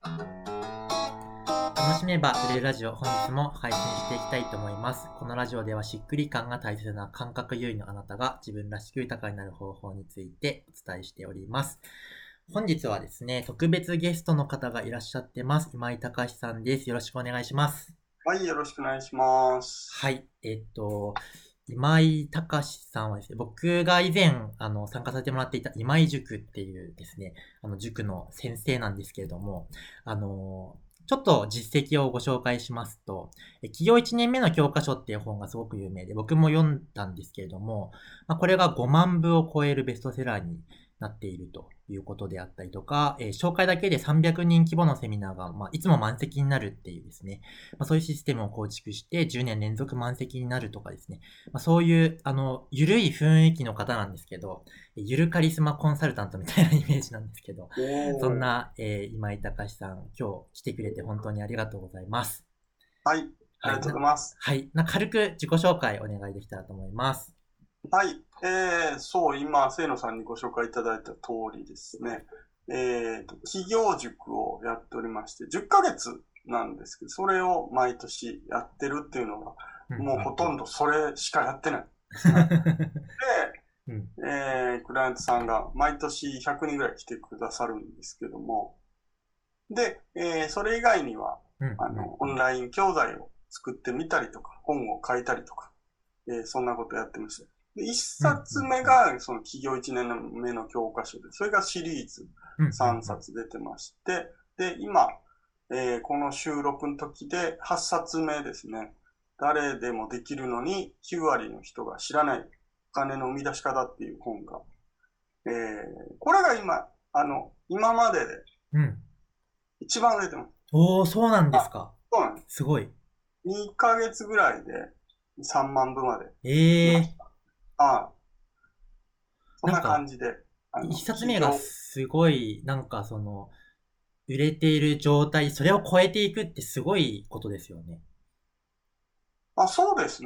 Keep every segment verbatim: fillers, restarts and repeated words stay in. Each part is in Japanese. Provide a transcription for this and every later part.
楽しめば売れるラジオ、本日も配信していきたいと思います。このラジオではしっくり感が大切な感覚優位のあなたが自分らしく豊かになる方法についてお伝えしております。本日はですね、特別ゲストの方がいらっしゃってます。今井隆さんです。よろしくお願いします。 はい、よろしくお願いします。 はい、えっと、今井隆さんはですね、僕が以前あの参加させてもらっていた今井塾っていうですね、あの塾の先生なんですけれども、あの、ちょっと実績をご紹介しますと、起業いちねんめの教科書っていう本がすごく有名で、僕も読んだんですけれども、まあ、これがごまんぶを超えるベストセラーになっているということであったりとか、えー、紹介だけでさんびゃくにん規模のセミナーが、まあ、いつも満席になるっていうですね、まあ、そういうシステムを構築してじゅうねん連続満席になるとかですね、まあ、そういう、あの、ゆるい雰囲気の方なんですけど、ゆるカリスマコンサルタントみたいなイメージなんですけど、そんな、えー、今井隆さん、今日来てくれて本当にありがとうございます。 はい、ありがとうございます。 はい、な軽く自己紹介お願いできたらと思います。 はい、えー、そう、今、清野さんにご紹介いただいた通りですね、えーと、起業塾をやっておりまして、じゅっかげつなんですけど、それを毎年やってるっていうのが、もうほとんどそれしかやってないですね。で、うん、えー、クライアントさんが毎年ひゃくにんぐらい来てくださるんですけども、で、えー、それ以外には、あの、オンライン教材を作ってみたりとか、本を書いたりとか、えー、そんなことやってました。で、一冊目が、その起業一年目の教科書で、それがシリーズさんさつ出てまして、で、今、えー、この収録の時ではっさつめですね。誰でもできるのにきゅうわりの人が知らないお金の生み出し方っていう本が、えー、これが今、あの、今までで、一番売れてます。 おー、そうなんですか。 そうなんです。 すごい。 にかげつぐらいでさんまんぶまで。 ええー。 ああ。そんな感じで。 一冊目がすごい、なんかその、売れている状態、それを超えていくってすごいことですよね。 あ、そうですね。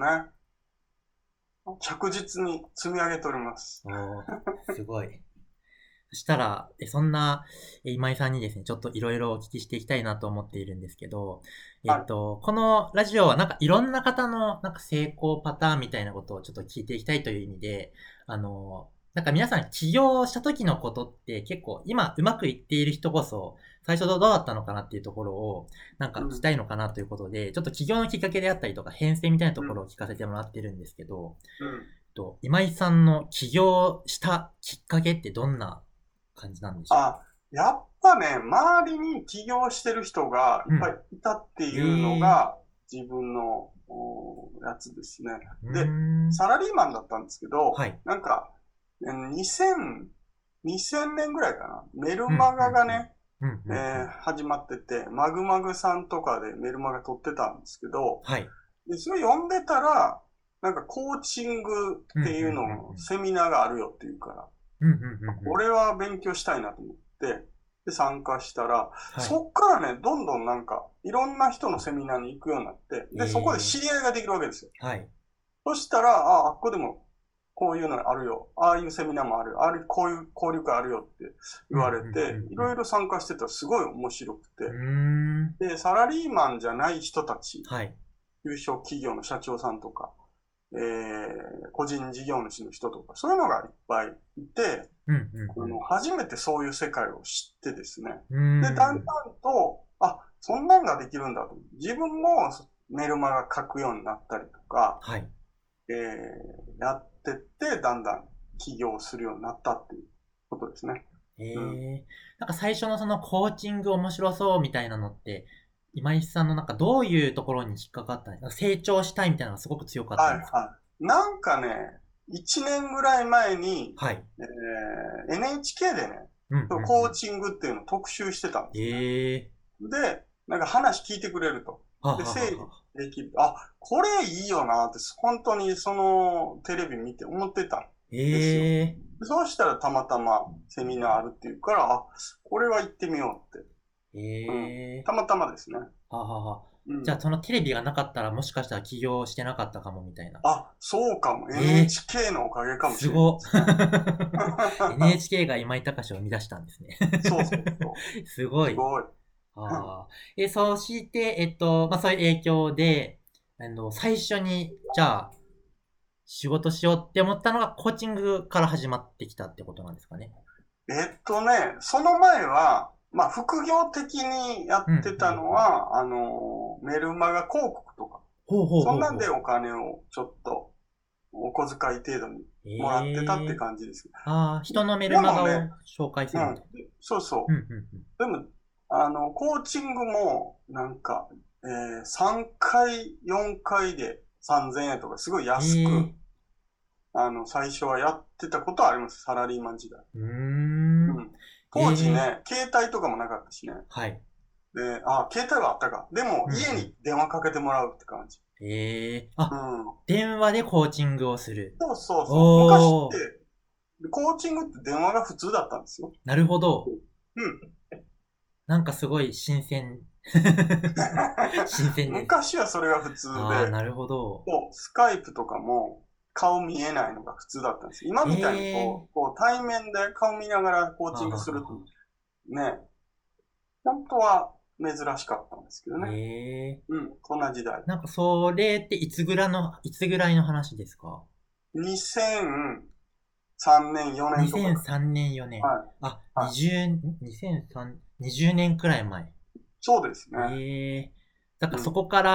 着実に積み上げております。 おー、すごい。そしたら、そんな今井さんにですね、ちょっといろいろお聞きしていきたいなと思っているんですけど、えっと、はい、このラジオはなんかいろんな方のなんか成功パターンみたいなことをちょっと聞いていきたいという意味で、あの、なんか皆さん起業した時のことって結構今うまくいっている人こそ最初どうだったのかなっていうところをなんか聞きたいのかなということで、うん、ちょっと起業のきっかけであったりとか変遷みたいなところを聞かせてもらってるんですけど、うん、と今井さんの起業したきっかけってどんな感じなんでしょう？ あ、やっぱね、周りに起業してる人がいっぱいいたっていうのが自分の、うん、やつですね。で、サラリーマンだったんですけど、はい、なんか、にせん、にせんねんぐらいかな。メルマガがね、えー、始まってて、マグマグさんとかでメルマガ撮ってたんですけど、はい、でそれ読んでたら、なんかコーチングっていうののセミナーがあるよっていうから、俺は勉強したいなと思って、で、参加したら、はい、そっからね、どんどんなんか、いろんな人のセミナーに行くようになって、で、そこで知り合いができるわけですよ。はい。そしたら、あ、あっこでも、こういうのあるよ。ああいうセミナーもあるよ。ああいう、こういう交流会あるよって言われて、いろいろ参加してたらすごい面白くて、で、サラリーマンじゃない人たち、はい、中小企業の社長さんとか、えー、個人事業主の人とか、そういうのがいっぱいいて、うんうんうん、あの初めてそういう世界を知ってですね。で、だんだんと、あ、そんなんができるんだと。自分もメルマガ書くようになったりとか、はい、えー、やってって、だんだん起業するようになったっていうことですね。 へえ、うん、なんか最初のそのコーチング面白そうみたいなのって、今井さんのなんかどういうところに引っかかったんですか？成長したいみたいなのがすごく強かったんですか？ はいはい。なんかね、いちねんぐらい前に、はい、えー、エヌエイチケー でね、うんうんうん、コーチングっていうのを特集してたんですね。えー、で、なんか話聞いてくれると。で、整理できる。あ、これいいよなって、本当にそのテレビ見て思ってたんですよ。えー、そうしたらたまたまセミナーあるっていうから、あ、これは行ってみようって。えーうん、たまたまですね。 はははうん、じゃあそのテレビがなかったらもしかしたら起業してなかったかもみたいな。 あ、そうかも。エヌエイチケー のおかげかもしれない。すごっ。エヌエイチケー が今井隆を生み出したんですね。 そうそうそう。 すごい。すごい。 ああ。え、そして、えっと、まあ、そういう影響で、あの、最初に、じゃあ、仕事しようって思ったのが、コーチングから始まってきたってことなんですかね。 えっとね、その前は、まあ、副業的にやってたのは、うんうんうん、あの、メルマガ広告とか、ほうほうほうほう、そんなんでお金をちょっと、お小遣い程度にもらってたって感じです。 えー、ああ、人のメルマガを紹介するみたいな。 うん、そうそう。うんうんうん、でも、あの、コーチングも、なんか、えー、さんかい、よんかいでさんぜんえんとか、すごい安く、えー、あの、最初はやってたことはあります。サラリーマン時代。うーん。うん。当時ね、えー、携帯とかもなかったしね。はい。で、あ、携帯はあったか。でも、家に電話かけてもらうって感じ。 ええー、あ、うん、電話でコーチングをする。 そうそうそう。昔って、コーチングって電話が普通だったんですよ。 なるほど。うん。なんかすごい新鮮。新鮮です。 昔はそれが普通で。 ああ、なるほど。 スカイプとかも顔見えないのが普通だったんです。今みたいにこう、こう対面で顔見ながらコーチングすると、ね、本当は珍しかったんですけどね。へえ。うん、こんな時代。 なんかそれっていつぐらいの、いつぐらいの話ですか？ にせんさんねん、よねんとか。 にせんさんねん、よねん。はい。あ、はい、にじゅう、にせんさん、にじゅうねんくらい前。 そうですね。 へえ。だからそこから、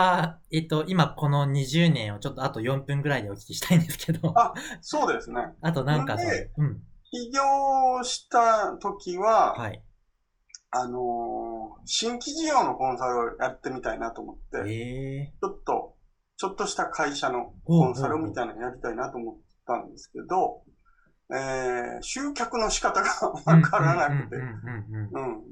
うん、えっと、今このにじゅうねんをちょっとあとよんぷんくらいでお聞きしたいんですけど。 あ、そうですね。 あとなんかそで、うん。起業した時は、はい。あのー、新規事業のコンサルをやってみたいなと思って、えー、ちょっと、ちょっとした会社のコンサルみたいなのやりたいなと思ったんですけど、えー、集客の仕方がわからなくて、うん。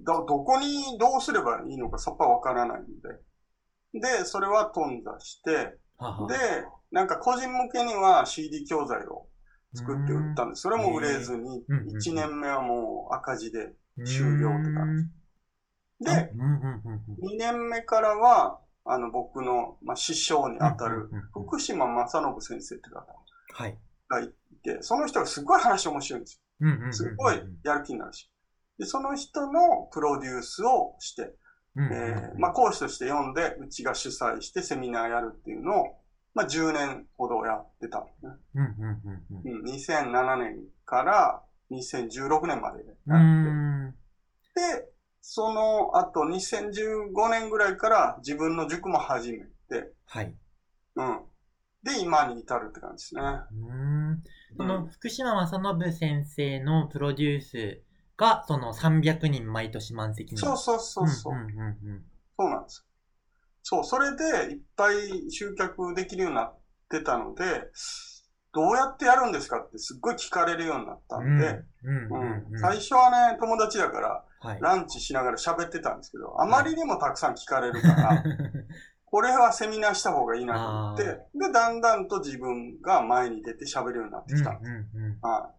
ど、どこにどうすればいいのかさっぱわからないんで。で、それは頓挫して、ははで、なんか個人向けには シーディー 教材を作って売ったんです。それも売れずに、いちねんめはもう赤字で終了って感じ。で、にねんめからは、あの、僕の、まあ、師匠にあたる、福島正信先生って方がいて、その人がすごい話面白いんですよ。すごいやる気になるし。で、その人のプロデュースをして、えー、まあ、講師として読んで、うちが主催してセミナーやるっていうのを、まあ、じゅうねんほどやってたんですね。うん、にせんななねんからにせんじゅうろくねんまでやって。で、その後にせんじゅうごねんぐらいから自分の塾も始めて、はい。うん。で、今に至るって感じですね。 うん。その、福島正信先生のプロデュースが、そのさんびゃくにん毎年満席に。 そうそうそうそう。うんうんうんうん、そうなんです。そう、それでいっぱい集客できるようになってたので、どうやってやるんですかってすっごい聞かれるようになったんで、最初はね、友達だから、はい、ランチしながら喋ってたんですけど、あまりにもたくさん聞かれるから、はい、これはセミナーした方がいいなと思って、で、だんだんと自分が前に出て喋るようになってきたんです。うんうんうん、 はい、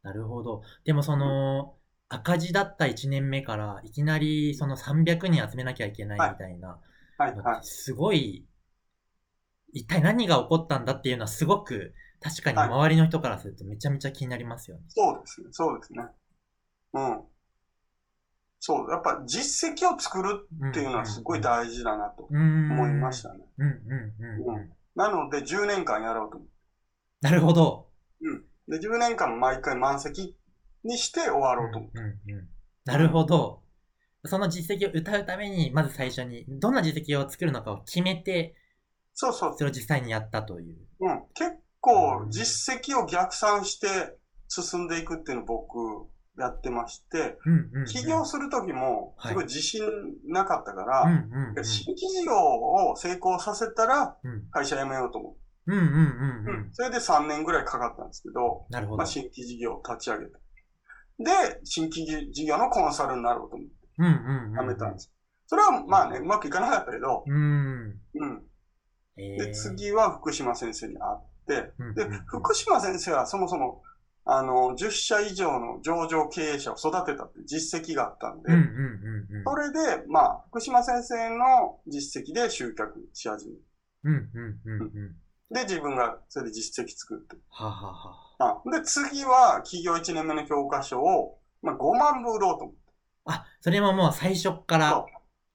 なるほど。でもその、うん、赤字だったいちねんめから、いきなりそのさんびゃくにん集めなきゃいけないみたいな、はいはいはい、すごい、一体何が起こったんだっていうのはすごく、確かに周りの人からするとめちゃめちゃ気になりますよね。 はい、そうですね、そうですね。うん。そう、やっぱ実績を作るっていうのはすごい大事だなと思いましたね。なのでじゅうねんかんやろうと思って。 なるほど。 うん。で、じゅうねんかん毎回満席にして終わろうと思って。うんうんうん、 なるほど。その実績を歌うために、まず最初に、どんな実績を作るのかを決めて、 そうそう。 それを実際にやったという。 うん。結構、実績を逆算して進んでいくっていうのを僕、やってまして、うんうんうん、起業するときも、すごい自信なかったから、はいうんうんうん、新規事業を成功させたら、会社辞めようと思って。うんうんうんうん、それでさんねんぐらいかかったんですけど、なるほどまあ、新規事業を立ち上げて。で、新規事業のコンサルになろうと思って、うんうんうんうん、辞めたんです。それはまあね、うまくいかなかったけど、うん、うんで、次は福島先生に会って、で、福島先生はそもそも、あの、じゅっしゃ以上の上場経営者を育てたって実績があったんで、それで、まあ、福島先生の実績で集客し始める。うんうんうんうん、で、自分がそれで実績作って。はははで、次は企業いちねんめの教科書を、まあ、ごまんぶ売ろうと思って。 あ、それももう最初から。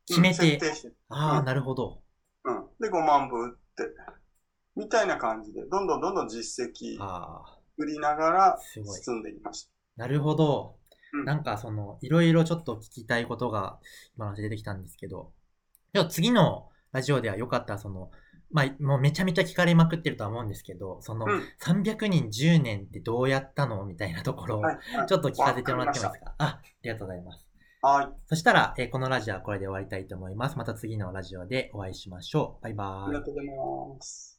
決めて。 設定して。 ああ、うん、なるほど。 うん。で、ごまんぶ売って。みたいな感じで、どんどんどんどん実績売りながら進んでいました。 なるほど。うん、なんかその、いろいろちょっと聞きたいことが今の話出てきたんですけど、では次のラジオではよかったらその、まあ、もうめちゃめちゃ聞かれまくってるとは思うんですけど、その、さんびゃくにんじゅうねんってどうやったのみたいなところを、ちょっと聞かせてもらってもいいですか？あ、ありがとうございます。 はい。 そしたら、えー、このラジオはこれで終わりたいと思います。また次のラジオでお会いしましょう。バイバーイ。 ありがとうございます。